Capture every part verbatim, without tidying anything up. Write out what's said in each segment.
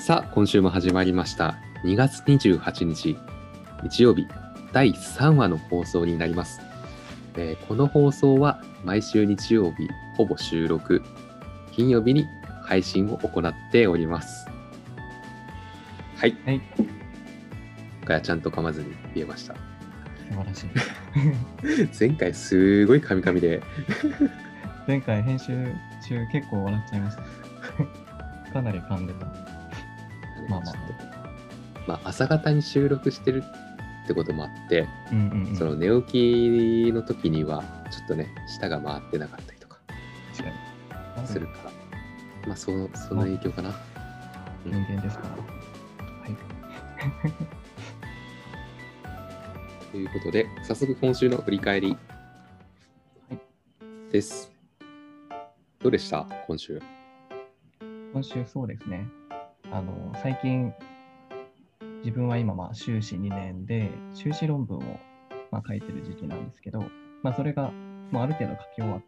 さあ今週も始まりましたにがつにじゅうはちにち日曜日だいさんわの放送になります、えー、この放送は毎週日曜日ほぼ収録、金曜日に配信を行っております。はい、 はい、 今回はちゃんと噛まずに言えました。 素晴らしい前回すごい噛み噛みで前回編集中結構笑っちゃいましたかなり噛んでた。まあまあまあ朝方に収録してるってこともあって、 うんうんうん、 その寝起きの時にはちょっとね舌が回ってなかったりとかするから、まあそのその影響かな。 人間ですから、うん、はいということで早速今週の振り返りです、はい、どうでした今週？ 今週そうですね、あの最近自分は今まあ修士にねんで修士論文をまあ書いてる時期なんですけど、まあ、それがまあある程度書き終わって、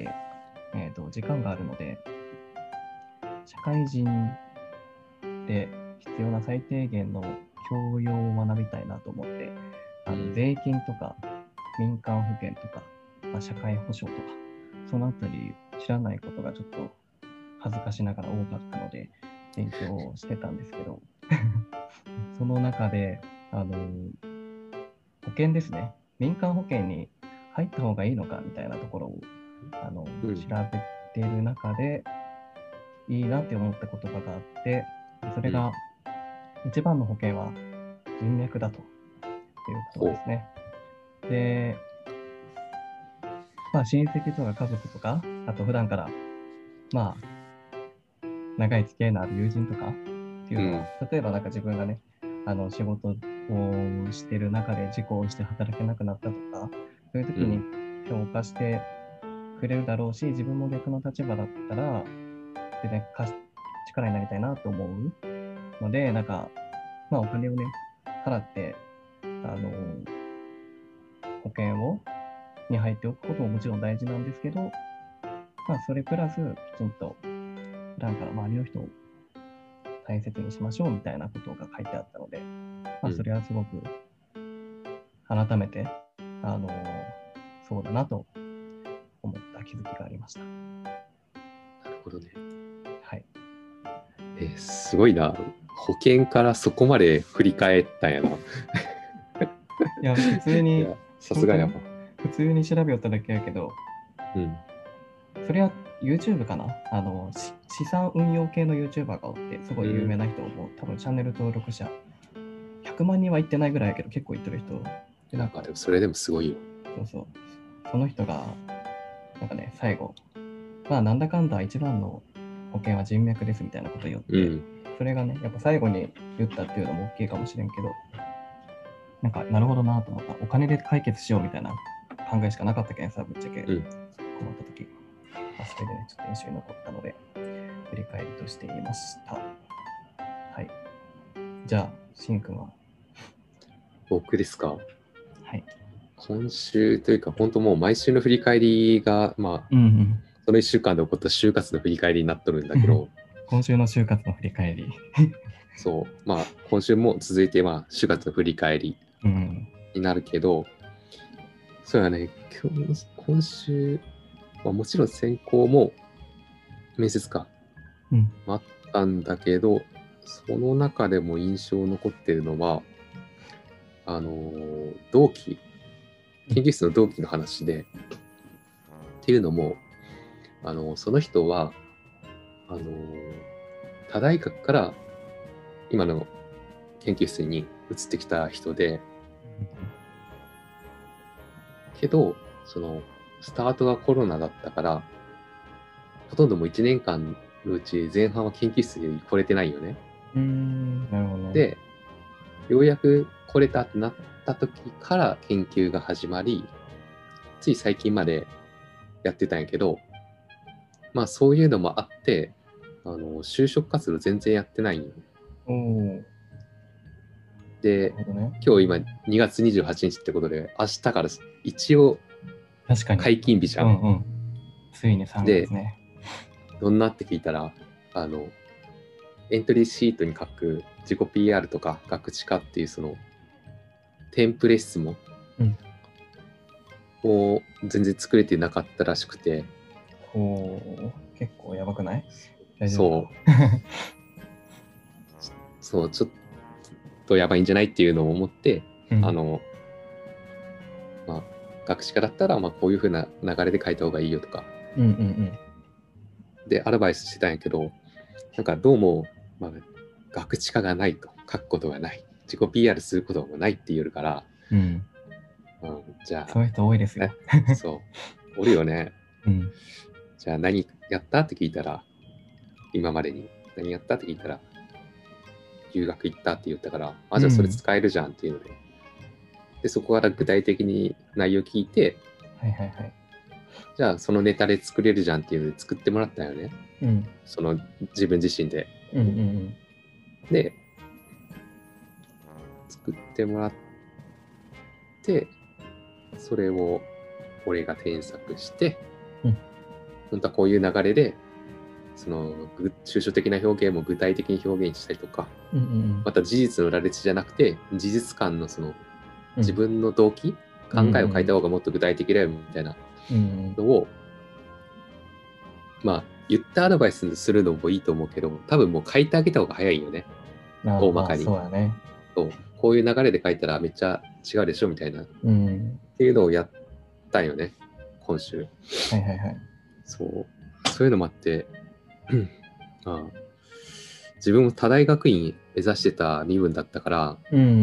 えーと時間があるので社会人で必要な最低限の教養を学びたいなと思って、あの税金とか民間保険とか、まあ、社会保障とかそのあたり知らないことがちょっと恥ずかしながら多かったので勉強をしてたんですけどその中であの保険ですね、民間保険に入った方がいいのかみたいなところをあの、うん、調べている中でいいなって思った言葉があって、それが、うん、一番の保険は人脈だということですね。で、まあ親戚とか家族とか、あと普段からまあ長い付き合いのある友人とかっていうのは、うん、例えばなんか自分がね、あの仕事をしてる中で事故をして働けなくなったとか、そういう時に評価してくれるだろうし、自分も逆の立場だったら全然力になりたいなと思うので、なんかまあお金をね払ってあの保険をに入っておくことももちろん大事なんですけど、まあそれプラスきちんと普段から周りの人を大切にしましょうみたいなことが書いてあったので、まあ、それはすごく改めて、あのそうだなと思った気づきがありました。 なるほどね。 はい。 えー、すごいな。保険からそこまで振り返ったんやな。いや、普通に、 さすがやば。 普通に調べよっただけやけど、うん。それは YouTube かな、あの資産運用系の YouTuber がおって、すごい有名な人も、うん、多分チャンネル登録者ひゃくまんにんはいってないぐらいやけど結構いってる人で、なんかでもそれでもすごいよ。 そうそう、その人がなんかね、最後まあなんだかんだ一番の保険は人脈ですみたいなことを言って、うん、それがねやっぱ最後に言ったっていうのも大きいかもしれんけど、なんかなるほどなと思った。お金で解決しようみたいな考えしかなかったけんさ、ぶっちゃけ、うん、困った時、まあ、それでねちょっと印象に残ったので振り返りとして言いました。はい。じゃあしんくんは？ 僕ですか？ はい。 今週というか本当もう毎週の振り返りがまあ、うんうん、そのいっしゅうかんで起こった就活の振り返りになっとるんだけど今週の就活の振り返りそうまあ今週も続いてまあ就活の振り返りになるけど、うん、そうやね、今週、まあ、もちろん選考も面接か、うん、あったんだけど、その中でも印象残ってるのはあのー、同期研究室の同期の話で、っていうのもあのその人はあの他大学から今の研究室に移ってきた人で、けどそのスタートがコロナだったからほとんどもういちねんかんのうち前半は研究室に来れてないよね。 うーん、なるほどね。 でようやく来れたってなった時から研究が始まり、つい最近までやってたんやけど、まあそういうのもあって、あの就職活動全然やってないんよ。 おー。 で、ね、今日今にがつにじゅうはちにちってことで、明日から一応解禁日じゃん。 うんうん、ついにさんがつね。 で、どんなって聞いたら、あの、 エントリーシートに書く自己 ピーアール とかガクチカっていうそのテンプレ質問を全然作れてなかったらしくて、 うん、おー結構やばくない？大丈夫そうそうちょっとやばいんじゃないっていうのを思って、うん、あのまあ学士科だったらまあこういう風な流れで書いた方がいいよとか、 うんうんうん、 でアドバイスしてたんやけど、なんかどうも、まあ、学知化がないと書くことがない自己 ピーアール することもないって言えるから、 うんうん、じゃあそういう人多いですよ。 そうおるよね、 うん、 じゃあ何やったって聞いたら、今までに何やったって聞いたら留学行ったって言ったから、あじゃあそれ使えるじゃんっていうので、うん、でそこから具体的に内容聞いて、 はいはいはい、 じゃあそのネタで作れるじゃんっていうので作ってもらったよね、 うん、 その自分自身で、 うんうんうん、 で作ってもらってそれを俺が添削して、うん、本当はこういう流れでその抽象的な表現も具体的に表現したりとか、うんうんうん、また事実の羅列じゃなくて事実感のその自分の動機、うん、考えを書いた方がもっと具体的だよみたいなのを、うんうん、まあ言ったアドバイスするのもいいと思うけど、多分もう書いてあげた方が早いよね、大まかに。 そうだね。 そうこういう流れで書いたらめっちゃ違うでしょみたいな、 うん、 っていうのをやったんよね今週。 はいはいはい。 そうそういうのもあってああ自分も多大学院目指してた身分だったから、うんうん、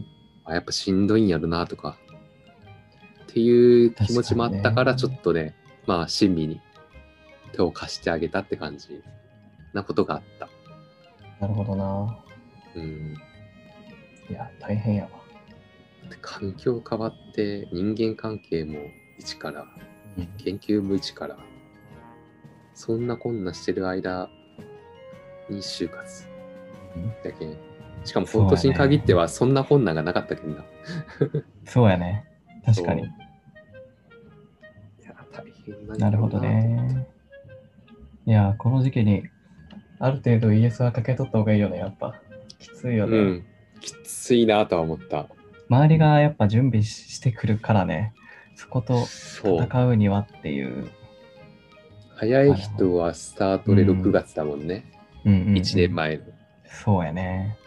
あやっぱしんどいんやるなとかっていう気持ちもあったから、ちょっとね、まあ親身に手を貸してあげたって感じなことがあった。 なるほどな。 うん。 いや大変やわ。 環境変わって人間関係も一から、うん、研究も一から、そんなこんなしてる間に就活、うん、だけん。しかも今年に限ってはそんなこんながなかったけんな。 そうやね。確かに。いや大変な。 なるほどね。いやこの時期にある程度 イーエス はかけ取った方がいいよね、やっぱ。きついよね。うん、 きついなとは思った。 周りがやっぱ準備してくるからね、そこと戦うにはっていう。 早い人はスタートでろくがつだもんね。うんうんうんうん、いちねんまえの。 そうやね。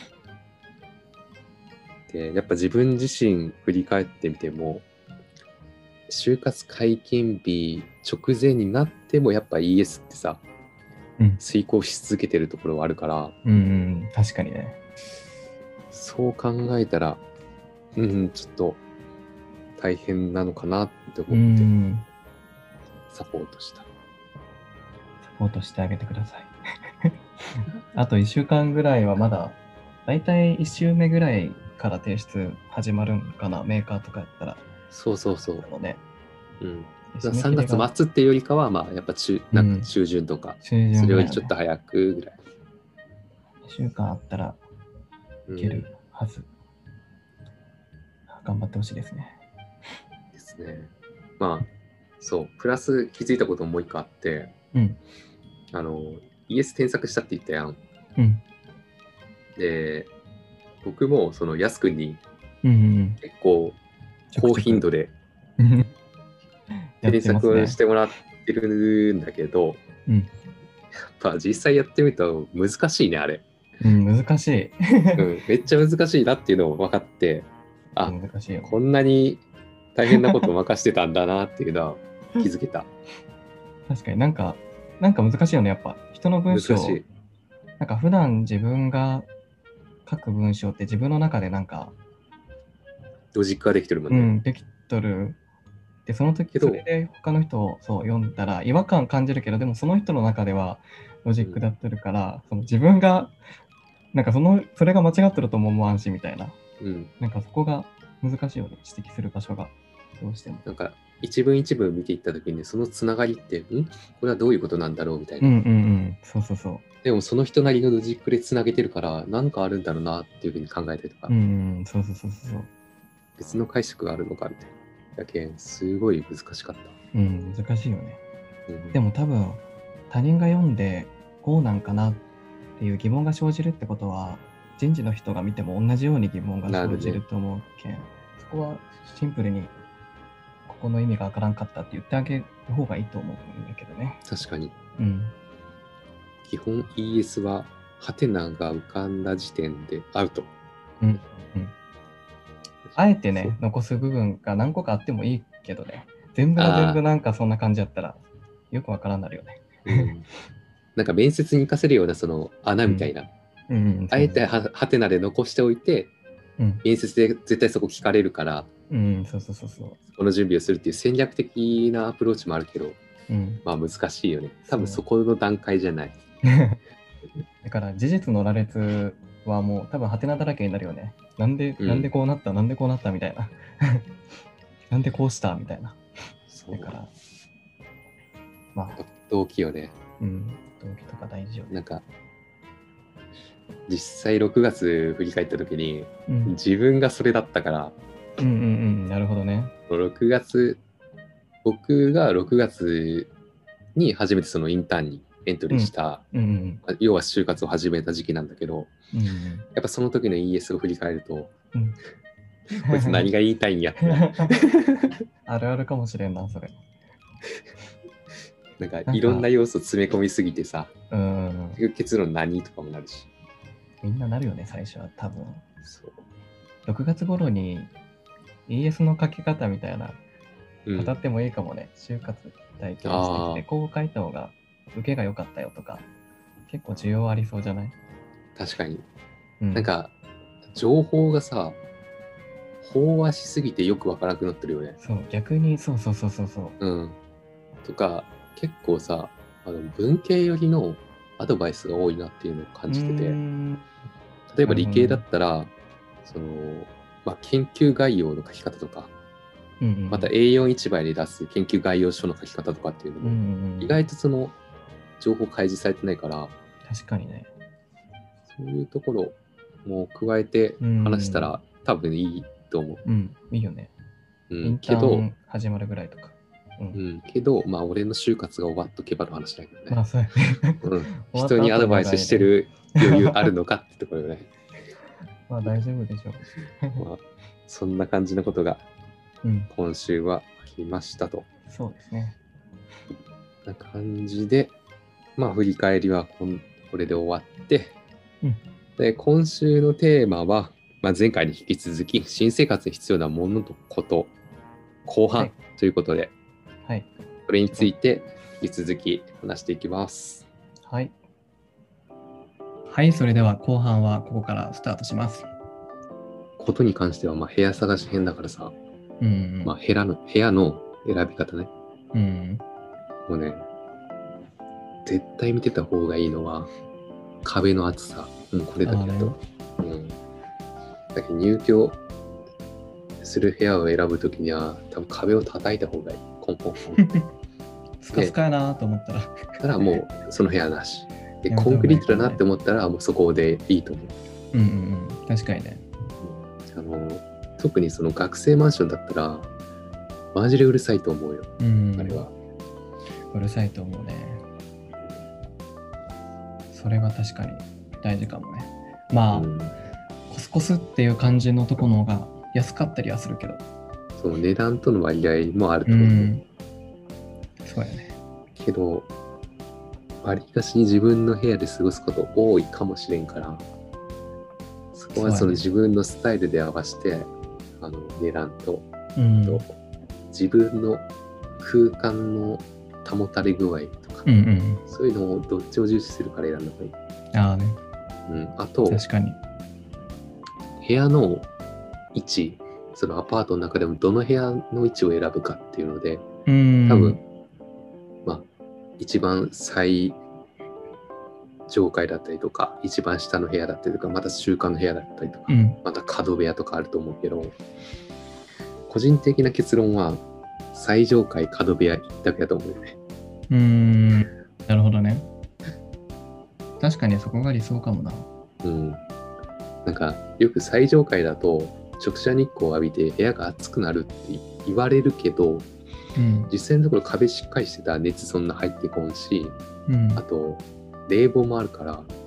で、やっぱ自分自身振り返ってみても、就活解禁日直前になってもやっぱ イーエス ってさ、うん、遂行し続けてるところはあるから、 うんうん、確かにね。 そう考えたら、うん、ちょっと大変なのかなって思って、サポートした。 サポートしてあげてください。あといっしゅうかんぐらいはまだ、だいたいいち週目ぐらいから提出始まるんかな、メーカーとかやったら。 そうそうそう。 のね、 うん。さんがつ末っていうよりかは、まあ、やっぱ中、なんか中旬とか、うん、それよりちょっと早くぐらい。 いっしゅうかんあったらいけるはず。うん、頑張ってほしいですね。 ですね。まあ、そう、プラス気づいたことももう一個あって、うん、あの、イーエス 添削したって言ったやん。うん、で、僕もそのやすくんに結構高頻度で添削をしてもらってるんだけど、うん、やっぱ実際やってみると難しいね、あれ。 うん、難しい、 うん。めっちゃ難しいなっていうのを分かって、あ、 難しいよね、 こんなに大変なことを任してたんだなっていうのは気づけた。 確かになんか、なんか難しいよね、やっぱ。人の文章、なんか普段自分が書く文章って自分の中でなんか、 ロジックができてるもんね。 うん、できとる。で、その時、それで他の人をそう読んだら違和感感じるけど、でもその人の中ではロジックだってるから、うん、その自分が、なんかその、それが間違ってるとも思わんしみたいな。うん。なんかそこが難しいよね、指摘する場所が。どうしても。 なんか、一文一文見ていった時に、そのつながりって、んこれはどういうことなんだろうみたいな。 うんうんうん。そうそうそう。 でもその人なりのロジックでつなげてるから、なんかあるんだろうなっていうふうに考えたりとか。 うんうん、そうそうそうそう。 別の解釈があるのかみたいな。だけすごい難しかった。 うん、難しいよね。うん、でも多分、他人が読んで、こうなんかなっっていう疑問が生じるってことは、人事の人が見ても同じように疑問が生じると思うけん、ね、そこはシンプルにここの意味がわからんかったって言ってあげる方がいいと思うんだけどね。 確かに。 うん。 基本 イーエス はハテナが浮かんだ時点でアウト。 うん。うん。あえてね、残す部分が何個かあってもいいけどね、全部が全部なんかそんな感じだったらよくわからんなるよね。 うん、なんか面接に活かせるようなその穴みたいな。 うんうんうん、 あえてハテナで残しておいて、うん、面接で絶対そこ聞かれるから、 うん、そうそうそうそう。 この準備をするっていう戦略的なアプローチもあるけど、うん、まあ難しいよね。多分そこの段階じゃない。 だから事実の羅列はもう多分ハテナだらけになるよね。なんで、うん、なんでこうなったなんでこうなったみたいな。なんでこうしたみたいな。だから、 まあ。動機よね。 うん、動機とか大事よね。 なんか、実際ろくがつ振り返った時に、うん、自分がそれだったから、 うんうんうん、なるほどね。 ろくがつ、僕がろくがつに初めてそのインターンにエントリーした、うんうんうん、要は就活を始めた時期なんだけど、うんうん、やっぱその時の イーエス を振り返ると、うん、こいつ何が言いたいんやってあるあるかもしれんな、それ。 なんかいろんな要素詰め込みすぎてさ、うん、結論何とかもなるし。 みんななるよね、最初は多分。そうろくがつ頃に イーエス の書き方みたいな語ってもいいかもね。うん、就活体験してきて、こう書いた方が受けが良かったよとか、結構需要ありそうじゃない？ 確かに。うん、なんか、情報がさ、飽和しすぎてよくわからなくなってるよね。 そう、逆に、そうそうそうそうそう。 うん。とか、結構さ、あの文系寄りのアドバイスが多いなっていうのを感じてて、例えば理系だったら、その、まあ、研究概要の書き方とか、うんうん、また エーよん 一枚で出す研究概要書の書き方とかっていうのも、うんうん、意外とその情報開示されてないから、 確かにね。 そういうところも加えて話したら、うん、多分いいと思う。 うん、いいよね。うん、インターン始まるぐらいとか。 うん、うん、けど、まあ、俺の就活が終わっとけばの話だけどね。 まあ、そうやね。 うん、人にアドバイスしてる余裕あるのかってところよね。 まあ、大丈夫でしょう。まあ、そんな感じのことが、今週はありましたと。 うん、そうですね。 な感じで、まあ、振り返りはこんこれで終わって、うん、で、今週のテーマは、まあ、前回に引き続き、新生活に必要なものとこと、後半ということで、 はい。 それについて引き続き話していきます。 はい。はい、それでは後半はここからスタートします。 ことに関しては、まあ、部屋探し編だからさ、うんうん、まあ、部屋の、部屋の選び方ね。うん、もうね、絶対見てた方がいいのは、壁の厚さ。うん、これだけだと。うん。だけど入居する部屋を選ぶときには、多分壁を叩いた方がいい。コンポンポン。 スカスカやなと思ったら。 ただもう、その部屋なし。で、コンクリートだなって思ったら、もうそこでいいと思う。 うんうんうん。確かにね。 あの、特にその学生マンションだったら、マジでうるさいと思うよ。うん、あれは。 うるさいと思うね。それは確かに大事かもね。まあ、うん、コスコスっていう感じのとこの方が安かったりはするけど。 そう、値段との割合もあると思う。うん、 そうやね。 けど、わりかし自分の部屋で過ごすこと多いかもしれんから、そこはその自分のスタイルで合わせて、ね、あの値段と、うん、と自分の空間の保たれ具合とか、うんうん、そういうのをどっちを重視するから選んだ方がいい。 ああね。 うん、あと、 確かに。 部屋の位置、そのアパートの中でもどの部屋の位置を選ぶかっていうので、うん、多分、まあ、一番最上階だったりとか、一番下の部屋だったりとか、また中間の部屋だったりとか、うん、また角部屋とかあると思うけど、個人的な結論は、最上階角部屋一択だと思うよね。 うーん、なるほどね。確かにそこが理想かもな。 うん。なんか、よく最上階だと、直射日光を浴びて部屋が暑くなるって言われるけど、うん、実際のところ壁しっかりしてたら熱そんな入ってこんし、うん、あと冷房もあるから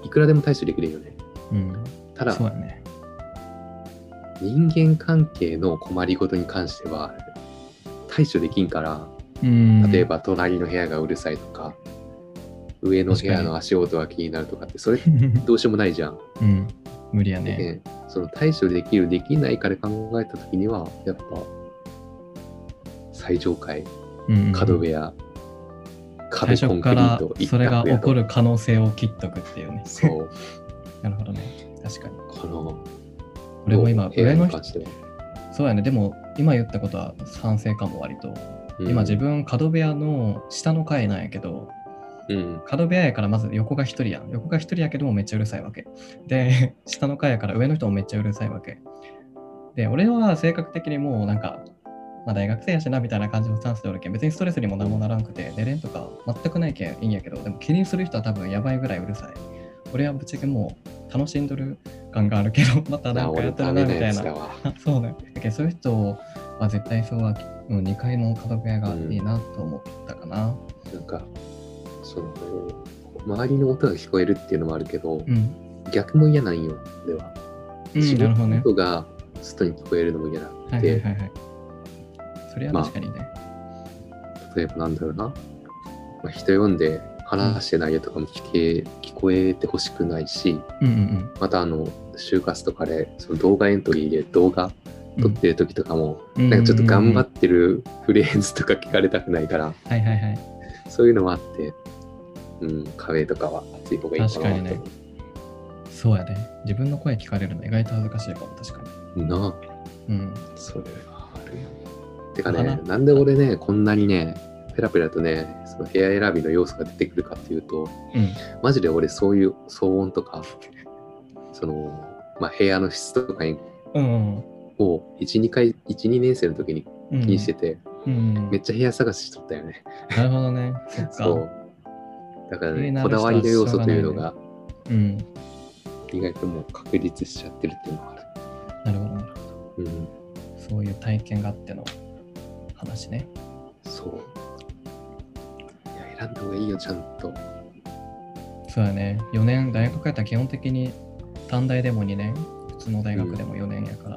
いくらでも対処できるよね。 うん、 ただ、 そうだね、 人間関係の困りごとに関しては対処できんから、 うん、 例えば隣の部屋がうるさいとか、上の部屋の足音が気になるとかって、それどうしようもないじゃん。 うん、無理やね。 その対処できる、できないかで考えたときには、やっぱ、最上階、うん、角部屋、壁コンクリート、 それが起こる可能性を切っとくっていうね。 そう。 なるほどね。確かに。 この、 俺も今、上の人、そうやね。でも、今言ったことは賛成かも、割と。うん、今、自分、角部屋の下の階なんやけど、うん、角部屋やからまず横が一人やん。横が一人やけどもめっちゃうるさいわけ。で、下の階やから上の人もめっちゃうるさいわけ。で、俺は性格的にもうなんか、まあ大学生やしなみたいな感じのスタンスでおるけん、別にストレスにも何もならんくて、寝れんとか全くないけんいいんやけど、でも気にする人は多分やばいぐらいうるさい。俺はぶっちゃけもう楽しんどる感があるけど、またなんかやってるなみたいな。そうね。だけどそういう人は絶対そうは、うん、にかいの角部屋がいいなと思ったかな。 うん、なんかその周りの音が聞こえるっていうのもあるけど、うん、逆も嫌なんよ。では、 うん、なるほどね。 音が外に聞こえるのも嫌なくて、はいはいはいはい、 それは確かにね、まあ、例えばなんだろうな、まあ、人呼んで話してないよとかも聞け、聞こえてほしくないし、うんうんうん、またあの就活とかでその動画エントリーで動画撮ってる時とかも、うん、なんかちょっと頑張ってるフレーズとか聞かれたくないから、うんうんうん、はいはいはい、そういうのもあって、うん、壁とかは厚い方がいいかなと思う。確かにね。 そうやね。自分の声聞かれるの意外と恥ずかしいかも、確かに。 なあ。うん。それはあるよ。てかね、なんで俺ね、こんなにね、ペラペラとね、その部屋選びの要素が出てくるかっていうと、うん、マジで俺そういう騒音とか、その、まあ、部屋の質とかに、うん、をいち、にかい、いち、にねん生の時に気にしてて、うんうん、めっちゃ部屋探ししとったよね。 なるほどね。そっか。そう。 だからね、こだわりの要素というのが、うん、意外ともう確立しちゃってるっていうのがある。 なるほど、なるほど。うん、そういう体験があっての話ね。 そう。いや、選んだ方がいいよ、ちゃんと。 そうやね。よねん、大学帰ったら基本的に短大でもにねん、普通の大学でもよねんやから、うん、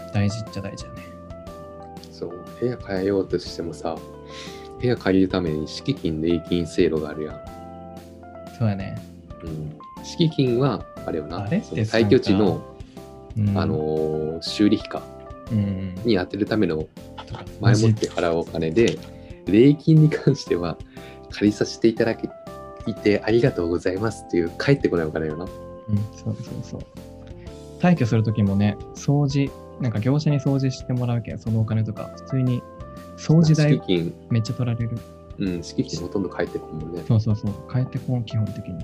大事っちゃ大事やね。 そう、部屋変えようとしてもさ、部屋借りるために敷金、礼金制度があるやん。 そうやね。 うん、敷金はあれよな、その退去地の、うん、あのー、修理費か、うん、に当てるための前もって払うお金で、礼金に関しては借りさせていただいてありがとうございますっていう返ってこないお金よな。 うん、そうそうそう。退去するときもね、掃除、なんか業者に掃除してもらうけん、そのお金とか普通に掃除代めっちゃ取られる。 うん、敷金ほとんど返ってこんもんね。 そうそうそう、返ってこん、基本的に。うん、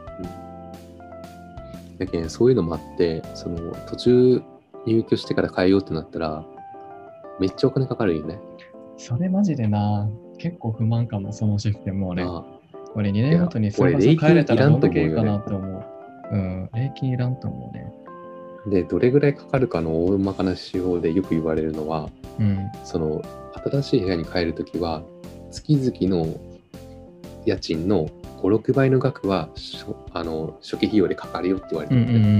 だけどそういうのもあって、その途中入居してから変えようってなったら、めっちゃお金かかるよね。 それマジでな、結構不満かも、そのシステム俺。俺にねんごとにそれこそ変えれたらどんだけいいかなと思う。うん、礼金いらんと思うね。 で、どれぐらいかかるかの大まかな指標でよく言われるのは、うん、その新しい部屋に帰るときは、月々の家賃のご、ろくばいの額はあの初期費用でかかるよって言われてる、ね、うんうんうん、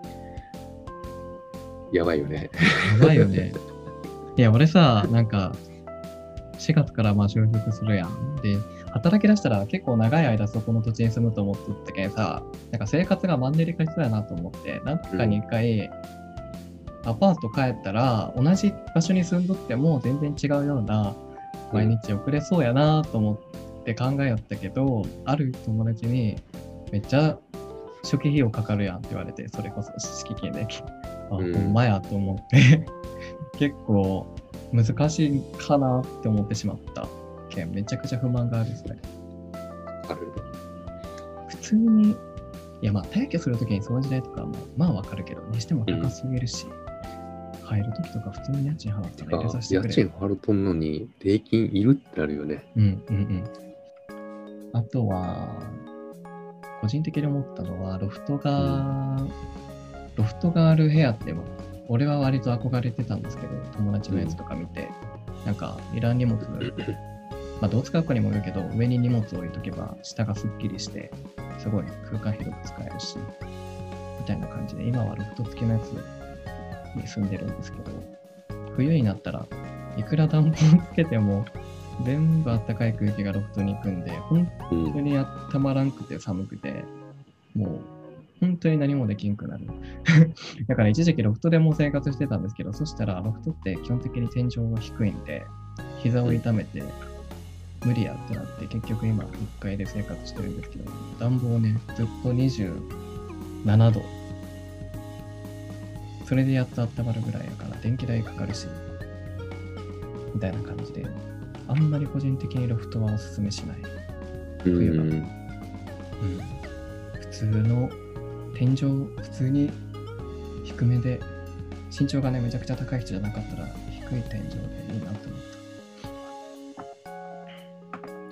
やばいよね。 やばいよね。いや、俺さ、なんか、しがつからまあ就職するやん。で、働き出したら結構長い間そこの土地に住むと思っとったけんさ、なんか生活がマンネリ化しそうやなと思って、何回かにいっかい、アパート帰ったら、同じ場所に住んどっても全然違うような毎日送れそうやなと思って考えよったけど、ある友達にめっちゃ初期費用かかるやんって言われて、それこそ敷金で、あ、うん、ほんまやと思って結構難しいかなって思ってしまったけん、めちゃくちゃ不満があるですね。 ある。 普通に、いやまあ退去するときに掃除代とかもまあわかるけど、にしても高すぎるし、うん、入るときとか普通に家賃払ったら入れさせてくれ。 家賃払うとんのに礼金いるってなるよね。 うんうんうん。あとは、個人的に思ったのは、ロフトが、うん、ロフトがある部屋って俺は割と憧れてたんですけど、友達のやつとか見て、うん、なんかいらん荷物まあ、どう使うかにもよるけど、上に荷物を置いとけば、下がすっきりして、すごい空間広く使えるし、みたいな感じで、今はロフト付きのやつに住んでるんですけど、冬になったらいくら暖房つけても全部暖かい空気がロフトに行くんで、本当にあったまらんくて寒くて、もう本当に何もできんくなる。だから一時期ロフトでも生活してたんですけど、そしたらロフトって基本的に天井が低いんで、膝を痛めて無理やってなって、結局今いっかいで生活してるんですけど、暖房ね、ずっとにじゅうななど。それでやっと温まるぐらいやから、電気代かかるし、みたいな感じで、あんまり個人的にロフトはおすすめしない。冬は。うん。普通の天井、普通に低めで、身長がね、めちゃくちゃ高い人じゃなかったら、低い天井でいいなと思った。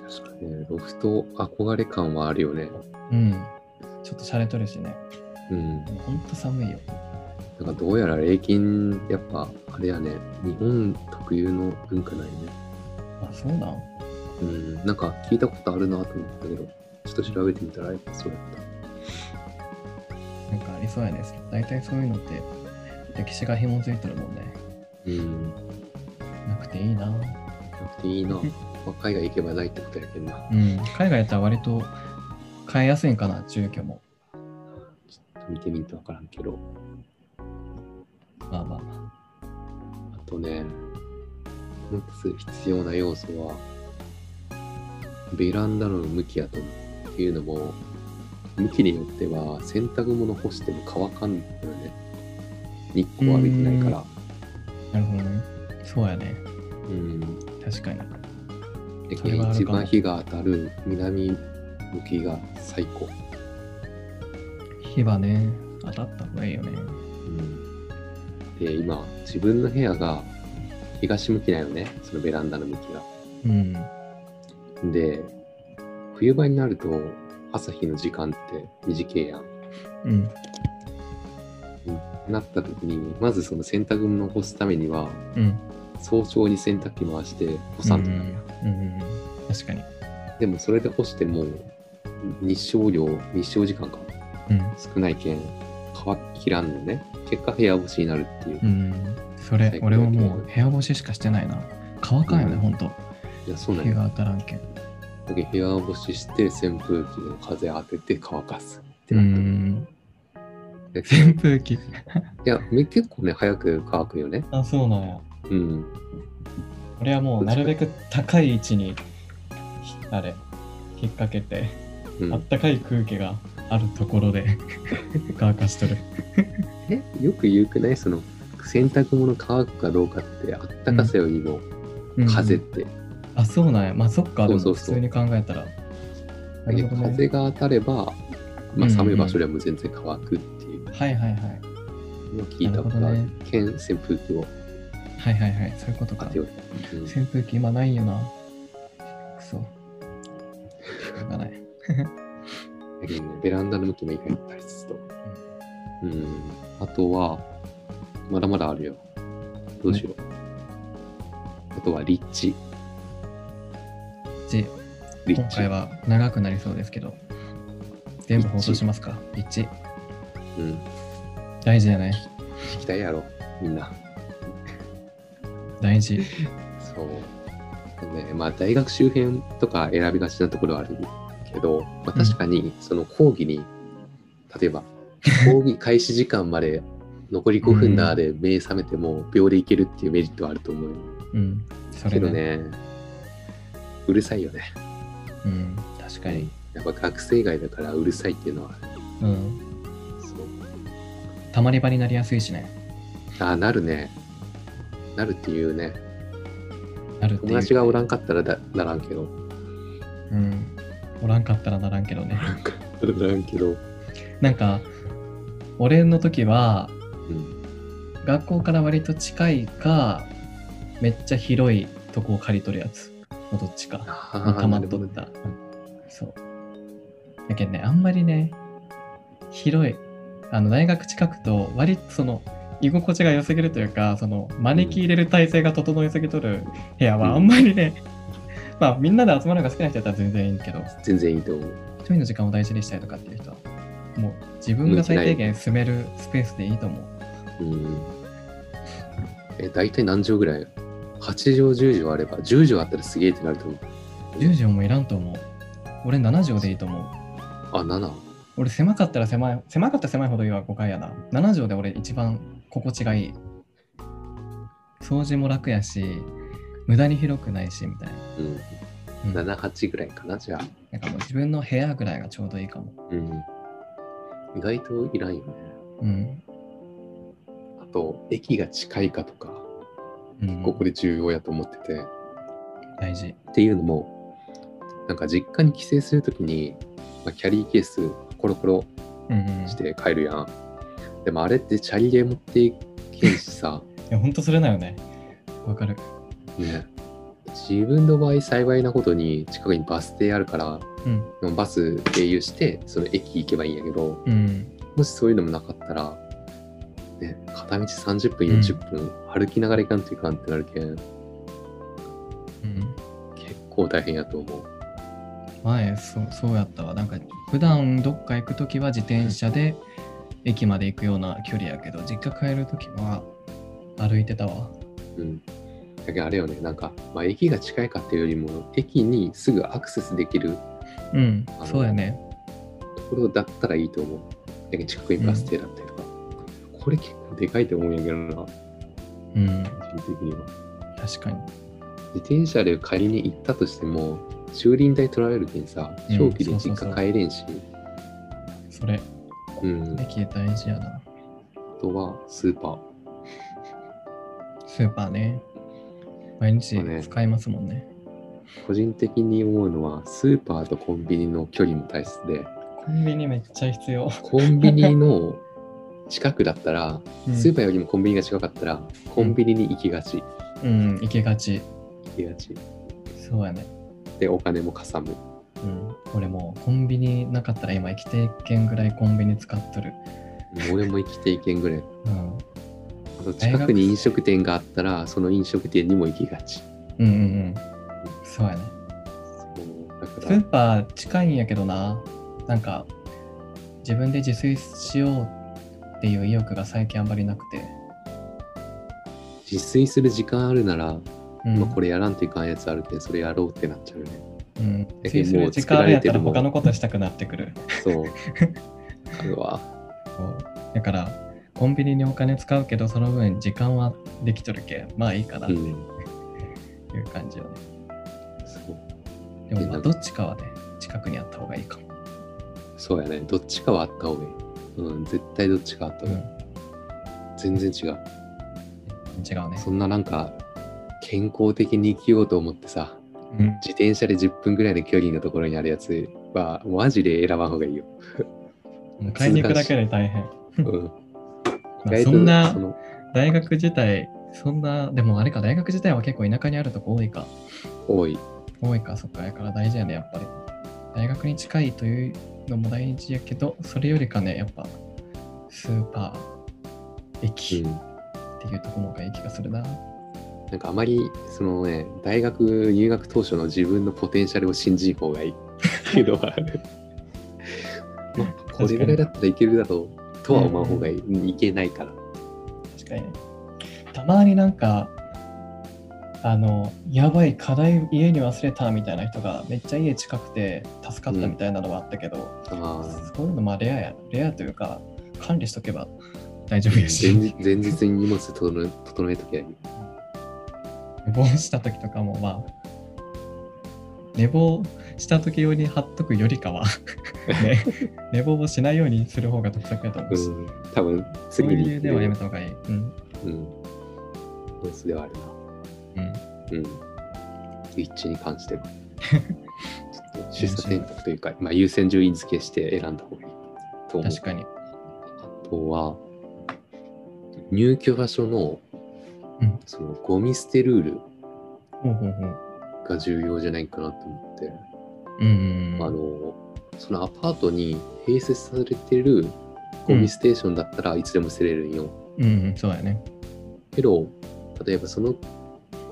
確かにね、ロフト憧れ感はあるよね。 うん。ちょっと洒落とるしね。 うん。 ほんと寒いよ。 なんかどうやら冷金、やっぱあれやね、日本特有の文化ないね。 あ、そうなん？ うん、なんか聞いたことあるなと思ったけど、ちょっと調べてみたらやっぱそうやった。なんかありそうやね。大体そういうのって歴史が紐づいてるもんね。 うん。 なくていいな。 なくていいな。まあ、海外行けばないってことやけんな。 うん。海外やったら割と買いやすいんかな、住居も。 ちょっと見てみんとわからんけど。 まあまあまあ。あとね、もう一つ必要な要素は、ベランダの向きやと思う。っていうのも、向きによっては洗濯物干しても乾かんのよね。日光浴びてないから。 なるほどね。そうやね。 うん。 確かに。 一番日が当たる南向きが最高。 日はね、当たった方がいいよね。 うん。で、今、自分の部屋が東向きだよね。そのベランダの向きが。 うん。 で、冬場になると朝日の時間って短いやん。 うん。 なった時に、まずその洗濯物を干すためには、 うん、 早朝に洗濯機回して干さんとなるやん。 うんうんうん、確かに。 でもそれで干しても日照量、日照時間が少ないけん、乾きらんのね。結果部屋干しになるっていう。 うん、それ、俺はもう部屋干ししかしてないな。乾かんよね、うん、ほんと。 いや、そうなんや。 日が当たらんけん。 部屋干しして扇風機の風当てて乾かすってなった。うん扇風機いや、結構ね、早く乾くよね。 あ、そうなんや。 うん。 俺はもうなるべく高い位置に、あれ、引っ掛けて、うん、あったかい空気があるところで乾かしとる。 え、よく言うくない？その、洗濯物乾くかどうかって、あったかさよりも、風って、うんうん。 あ、そうなんや。まあ、そっか。 そうそうそう。 普通に考えたら。 だけどね、風が当たれば、まあ、寒い場所でも全然乾くっていう。 うんうん、はいはいはい。 聞いたことある。剣、ね、扇風機を。 はいはいはい。そういうことか。うん、扇風機今ないよな。くそ。しょうがない。 だけどね、ベランダの向きも意外と大切と。うん。うん。あとは、まだまだあるよ。どうしよう。うん、あとは、立地。 立地。今回は長くなりそうですけど、全部放送しますか。立地。 うん。 大事じゃない？ 聞きたいやろ、みんな。 大事。 そう。ね、まあ、大学周辺とか選びがちなところはあるけど、まあ、確かに、その講義に、うん、例えば、講義開始時間まで残りごふんだで目覚めても秒でいけるっていうメリットはあると思うよ。 うん。それね。 けどね、うるさいよね。 うん、確かに。 やっぱ学生街だからうるさいっていうのはある。うん。 そう。たまり場になりやすいしね。 ああ、なるね。なるっていうね。 なるっていう。 友達がおらんかったらだならんけど。 うん。おらんかったらならんけどね。 おらんかったらならんけど。 なんか、俺の時は、 うん、 学校から割と近いか、めっちゃ広いとこを借り取るやつのどっちかにたまっとった。そう。だけどね、あんまりね、広い、あの大学近くと割とその居心地が良すぎるというか、その招き入れる体制が整いすぎとる部屋はあんまりね、 まあみんなで集まるのが好きな人だったら全然いいけど、 全然いいと思う。 一人の時間を大事にしたいとかっていう人は、もう自分が最低限住めるスペースでいいと思う。 うん。え、大体何畳ぐらい ?はち 畳、じゅう畳あれば、じゅう畳あったらすげえってなると思う。 じゅう畳もいらんと思う。俺なな畳でいいと思う。 あ、なな? 俺狭かったら狭い、狭かったら狭いほどいいは誤解やな。なな畳で俺一番心地がいい。掃除も楽やし、無駄に広くないし、みたいな。 うん。なな、はちぐらいかな、じゃあ。 なんかもう自分の部屋ぐらいがちょうどいいかも。 うん。意外といらんよね。 うん。 あと、駅が近いかとか、 うん、 結構これ重要やと思ってて。 大事。 っていうのも、なんか実家に帰省するときに、まあ、キャリーケースコロコロして帰るやん。うんうん、でもあれってチャリで持っていけんしさ。 いや、ほんとそれだよね。わかる。 ね。自分の場合幸いなことに近くにバス停あるから、うん、バス経由してその駅行けばいいんやけど、うん、もしそういうのもなかったら、ね、片道さんじゅっぷんよんじゅっぷん、うん、歩きながら行かんといかんってなるけん、うん、結構大変やと思う。 前そ う, そうやったわ。なんか普段どっか行くときは自転車で駅まで行くような距離やけど、実家帰るときは歩いてたわ。 うん。だけどあれよね、なんか、まあ、駅が近いかっていうよりも、駅にすぐアクセスできる。 うん、そうやね。 ところだったらいいと思う。だけど近くにバス停だったりとか、うん。これ結構でかいと思うんやけどな。うん。個人的には。 確かに。 自転車で仮に行ったとしても、駐輪代取られるけんさ、長期で実家帰れんし。 うん、そうそうそうそれ。うん。駅大事やな。 あとは、スーパー。 スーパーね。毎日使いますもんね。 個人的に思うのは、スーパーとコンビニの距離も大切で。 コンビニめっちゃ必要。 コンビニの近くだったら、うん、スーパーよりもコンビニが近かったら、コンビニに行きがち。 うん、うん、行きがち。 行きがち。 そうやね。 で、お金もかさむ。 うん。俺もコンビニなかったら今生きていけんぐらいコンビニ使っとる。 俺も生きていけんぐらい。うん。あと近くに飲食店があったら、その飲食店にも行きがち。 うんうんうん。そうやね。そうだからスーパー近いんやけどな。なんか、自分で自炊しようっていう意欲が最近あんまりなくて。 自炊する時間あるなら、うん、まあこれやらんといかんやつあるけど、それやろうってなっちゃうよね。うん。 自炊する時間あるやったら他のことしたくなってくる。 そう。あるわ。 そう。だから、コンビニにお金使うけど、その分時間はできとるけ、まあいいかなっていう感じよね。うん、そう。でもまあどっちかはね、近くにあった方がいいかも。 そうやね。どっちかはあった方がいい。うん、絶対どっちかあった方がいい。うん、全然違う。 違うね。 そんななんか、健康的に生きようと思ってさ、うん、自転車でじゅっぷんぐらいの距離のところにあるやつは、マジで選ばん方がいいよ。 買いに行くだけで大変。うん。まあ、そんな大学自体、そんな、でもあれか、大学自体は結構田舎にあるとこ多いか。 多い。 多いか、そっか、だから大事やね、やっぱり。大学に近いというのも大事やけど、それよりかね、やっぱ、スーパー、駅っていうところの方がいい気がするな。 なんかあまり、そのね、大学入学当初の自分のポテンシャルを信じん方がいいっていうのはある。まあ、これぐらいだったらいけるだろうとは思う方がいい。うん、いけないから。 確かにね。たまになんか、あの、やばい、課題家に忘れたみたいな人がめっちゃ家近くて助かったみたいなのはあったけど、うん、あそういうのまあレアや、レアというか、管理しとけば大丈夫やし。 前日、前日に荷物整え、整えときゃいい。 寝坊した時とかもまあ、寝坊した時用に貼っとくよりかは、ね、寝坊をしないようにする方が得策やと思うし、うん、 多分次にそういうではやめた方がいい。うん。 うん。コースではあるな。うん。うん。立地に関しては。ちょっと出世選択というか、まあ優先順位付けして選んだ方がいいと思う。 確かに。 あとは、入居場所の、うん、そのゴミ捨てルールが重要じゃないかなと思って、うんうんうん、あのそのアパートに併設されてるゴミステーションだったらいつでも捨てれるんよ。 うん、うん、そうやね。 けど例えばその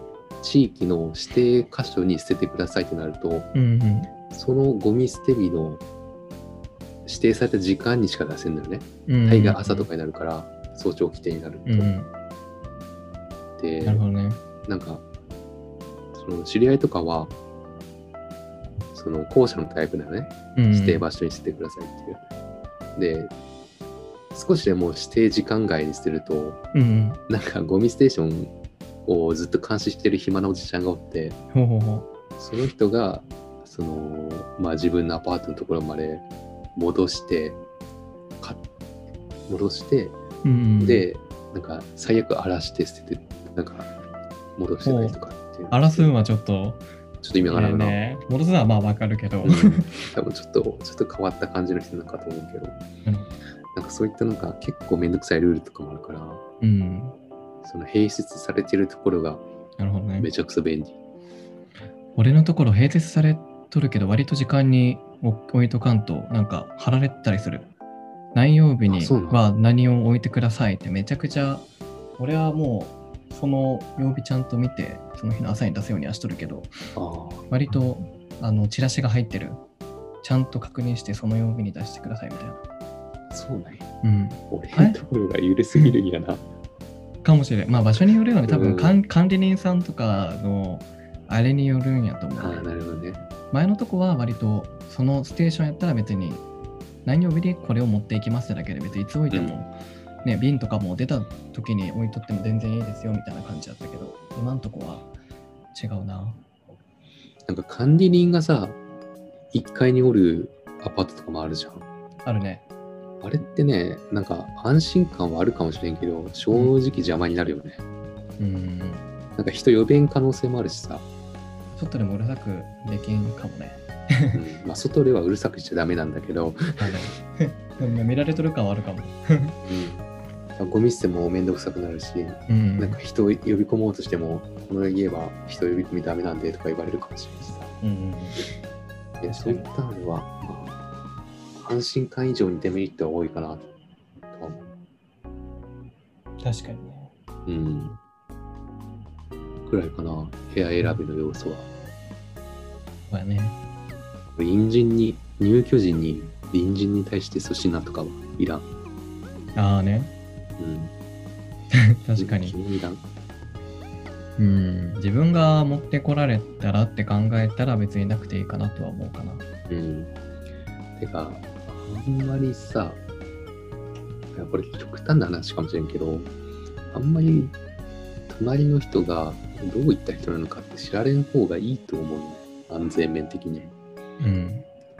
地域の指定箇所に捨ててくださいってなると、 うんうん、 そのゴミ捨て日の指定された時間にしか出せんのよね。 うんうんうん、 大概朝とかになるから、早朝起点になると。 うんうん、 で、 なるほどね。 なんか、その知り合いとかは、その後者のタイプなのね、うんうん、指定場所に捨ててくださいっていう。で、少しでも指定時間外に捨てると、うんうん、なんかゴミステーションをずっと監視してる暇なおじちゃんがおって、 ほうほうほう、 その人がその、まあ、自分のアパートのところまで戻してか戻して、うんうん、でなんか最悪荒らして捨ててなんか戻してたりとかっていう。 荒らすんはちょっとちょっと意味わからんな、 ね、戻すのはまあわかるけど、うん、 多分ちょっとちょっと変わった感じの人なのかと思うけど、うん、なんかそういったなんか結構めんどくさいルールとかもあるから、うん、その併設されてるところがめちゃくちゃ便利。 俺のところ併設されとるけど割と時間に置いとかんとなんか貼られたりする。何曜日には何を置いてくださいってめちゃくちゃ、俺はもうその曜日ちゃんと見てその日の朝に出すようにはしとるけど、割とあのチラシが入ってる、ちゃんと確認してその曜日に出してくださいみたいな。 そうなんや、うん、俺のところが緩すぎるんやなかもしれん。まあ場所によるので多分、うん、管理人さんとかのあれによるんやと思う。 ああ、なるほどね。 前のとこは割とそのステーションやったら別に何曜日でこれを持っていきますってだけで別にいつ置いても、うん、ね、瓶とかも出た時に置いとっても全然いいですよみたいな感じだったけど、今のとこは違うな。 なんか管理人がさ、いっかいにおるアパートとかもあるじゃん。 あるね。 あれってね、なんか安心感はあるかもしれんけど、正直邪魔になるよね。うん。なんか人呼べん可能性もあるしさ。 外でもうるさくできんかもね。 うん、まあ外ではうるさくしちゃダメなんだけど。 でも見られとる感はあるかも。 うん、ゴミ捨てもめんどくさくなるし、うん、なんか人を呼び込もうとしても、この家は人呼び込みダメなんでとか言われるかもしれないしさ。うんうん、いやそういったのでは、まあ、安心感以上にデメリットは多いかなと思う。 確かにね。 うん。くらいかな、部屋選びの要素は。 そうやね。 隣人に、入居時に隣人に対して粗品とかはいらん。 ああね。うん。確かに。 いらん。 うん。自分が持ってこられたらって考えたら別になくていいかなとは思うかな。 うん。てか、あんまりさ、いやこれ極端な話かもしれんけど、あんまり隣の人がどういった人なのかって知られん方がいいと思うね。安全面的に。うん。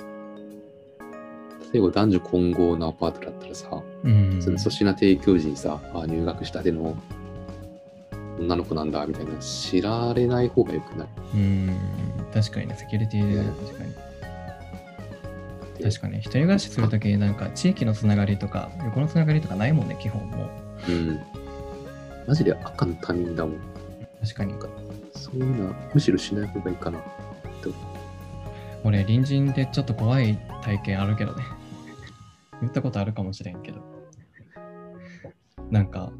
例えば男女混合のアパートだったらさ、うん、その粗品提供時にさ、あ、入学したての女の子なんだみたいな知られない方がよくない？ うん、確かにね、セキュリティで、ね、確かに。確かに、一人暮らしするときになんか地域のつながりとか、横のつながりとかないもんね、基本もう。うん。マジで赤の他人だもん。 確かに。 そういうのはむしろしない方がいいかなと。 俺、隣人でちょっと怖い体験あるけどね。言ったことあるかもしれんけど。なんか、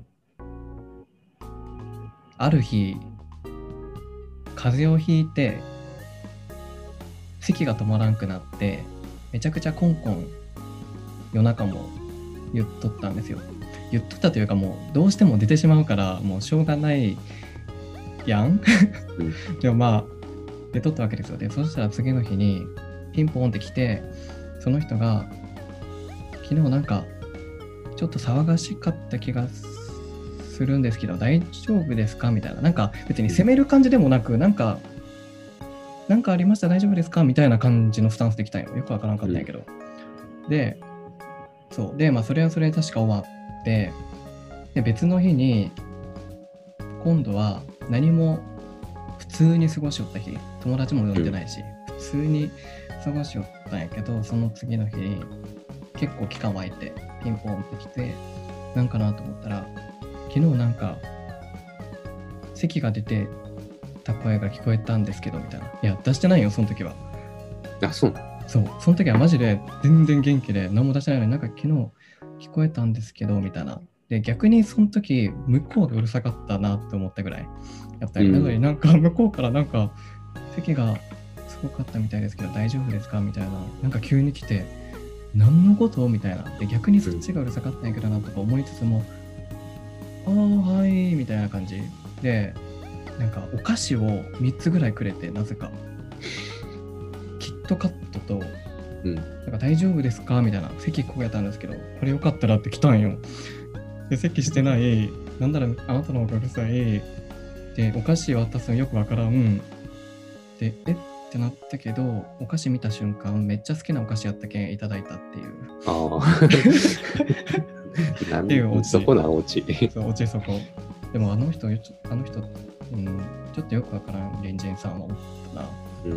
ある日、風邪をひいて、咳が止まらんくなって、めちゃくちゃコンコン夜中も言っとったんですよ。言っとったというかもうどうしても出てしまうからもうしょうがないやん、うん、でもまあ出とったわけですよ。でそしたら次の日にピンポンって来て、その人が昨日なんかちょっと騒がしかった気がするんですけど大丈夫ですかみたいな、なんか別に責める感じでもなく、なんかなんかありました大丈夫ですかみたいな感じのスタンスで来たんよ。よくわからんかったんやけど、うん、でそうでまあそれはそれで確か終わって、で別の日に今度は何も普通に過ごしよった日、友達も呼んでないし、うん、普通に過ごしよったんやけど、その次の日に結構期間空いてピンポンってきて、なんかなと思ったら昨日なんか咳が出てた声が聞こえたんですけどみたいな。いや出してないよその時は。 あ、そうなの？ そう、その時はマジで全然元気で何も出してないのに、なんか昨日聞こえたんですけどみたいな。 で、逆にその時、向こうがうるさかったなって思ったぐらいやったり、なのになんか向こうからなんか、席がすごかったみたいですけど、大丈夫ですかみたいな、なんか急に来て、何のことみたいな。で、逆にそっちがうるさかったんやけどなとか思いつつも、ああ、はい、みたいな感じで、なんかお菓子をみっつぐらいくれて、なぜか。キットカットと、 うん、 なんか大丈夫ですかみたいな。席こうやったんですけど、これよかったらって来たんよ。で、席してない、なんだろう、あなたの方がうるさい。で、お菓子渡すのよくわからん。で、えってなったけど、お菓子見た瞬間、めっちゃ好きなお菓子やったけんいただいたっていう。 ああ。 っていうオチ。 そこなオチ。 そう、オチそこ。でもあの人、あの人、うん、ちょっとよくわからん隣人さんは思ったな。うん、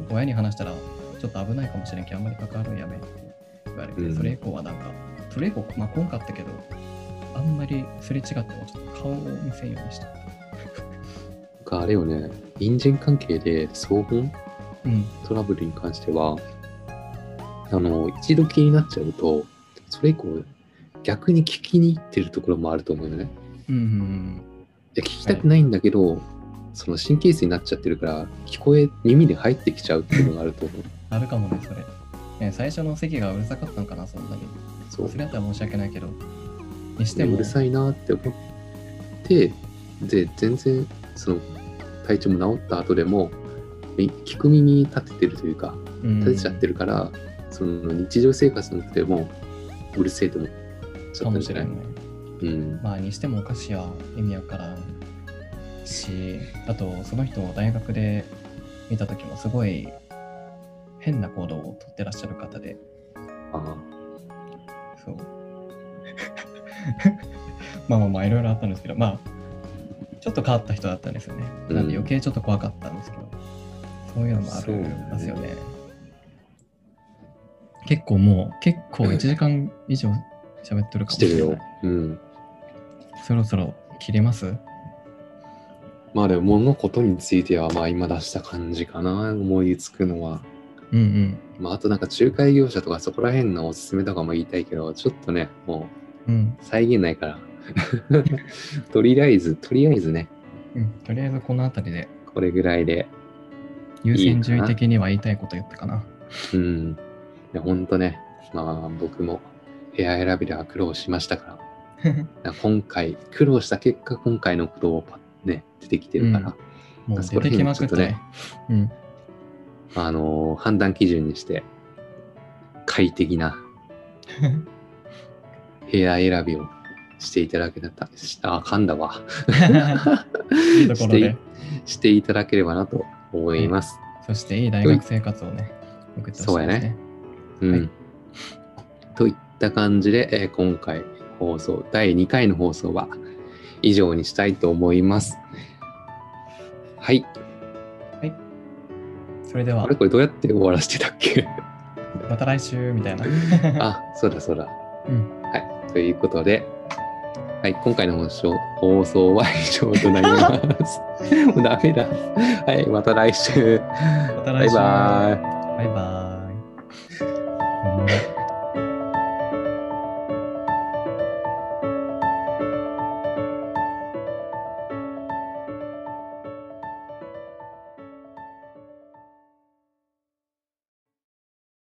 親に話したら、ちょっと危ないかもしれんけど、あんまり関わるんやめって言われて、うん、それ以降はなんか、それ以降、まあ、こんかったけど、あんまりすれ違ってもちょっと顔を見せんようにした。 あれよね、隣人関係で騒音、うん、トラブルに関しては、あの、一度気になっちゃうと、それ以降、逆に聞きに行ってるところもあると思うよね。 うんうんうん、 いや聞きたくないんだけど、はい、その神経質になっちゃってるから、聞こえ、耳で入ってきちゃうっていうのがあると思う。 あるかもね、それ。ね、最初の席がうるさかったのかな、そんなに。そう。それだったら申し訳ないけど。にしても。 うるさいなって思って、で、全然、その、体調も治った後でも、聞く耳立ててるというか、立てちゃってるから、うん、その日常生活の中でも、うるせえと思っちゃったんじゃない？かもしれない。うん。 まあ、にしてもお菓子は意味わからんし、あと、その人を大学で見たときも、すごい変な行動をとってらっしゃる方で。 ああ。 そう。まあまあまあ、いろいろあったんですけど、まあ、ちょっと変わった人だったんですよね。なんで余計ちょっと怖かったんですけど、うん、そういうのもありますよね。結構もう、結構いちじかん以上喋ってるかもしれない。してるよ。うん。そろそろ切れます？ まあでも、物のことについては、まあ今出した感じかな、思いつくのは。 うんうん。 まああとなんか仲介業者とかそこら辺のおすすめとかも言いたいけど、ちょっとね、もう、再現ないから。うん、とりあえず、とりあえずね。 うん、とりあえずこのあたりで。 これぐらいでいい。優先順位的には言いたいこと言ったかな。 うん。いや、ほんとね、まあ僕も部屋選びでは苦労しましたから。今回、苦労した結果、今回の苦労がね、出てきてるから。 うん、もう出てきまくってね。うん。 あのー、判断基準にして、快適な部屋選びをしていただけたら、あ、噛んだわ。 いいところでして。していただければなと思います。 そしていい大学生活をね、送ってほしいですね。 そうやね。うん。はい、といった感じで、えー、今回放送、だいにかいの放送は以上にしたいと思います。はい。 はい。それでは。 あれこれどうやって終わらせてたっけ？ また来週みたいな。 あ、そうだそうだ。 うん。 はい。ということで、はい、今回の放送は以上となります。もうダメだ。はい、また来週。 また来週。 バイバイ。 バイバイ。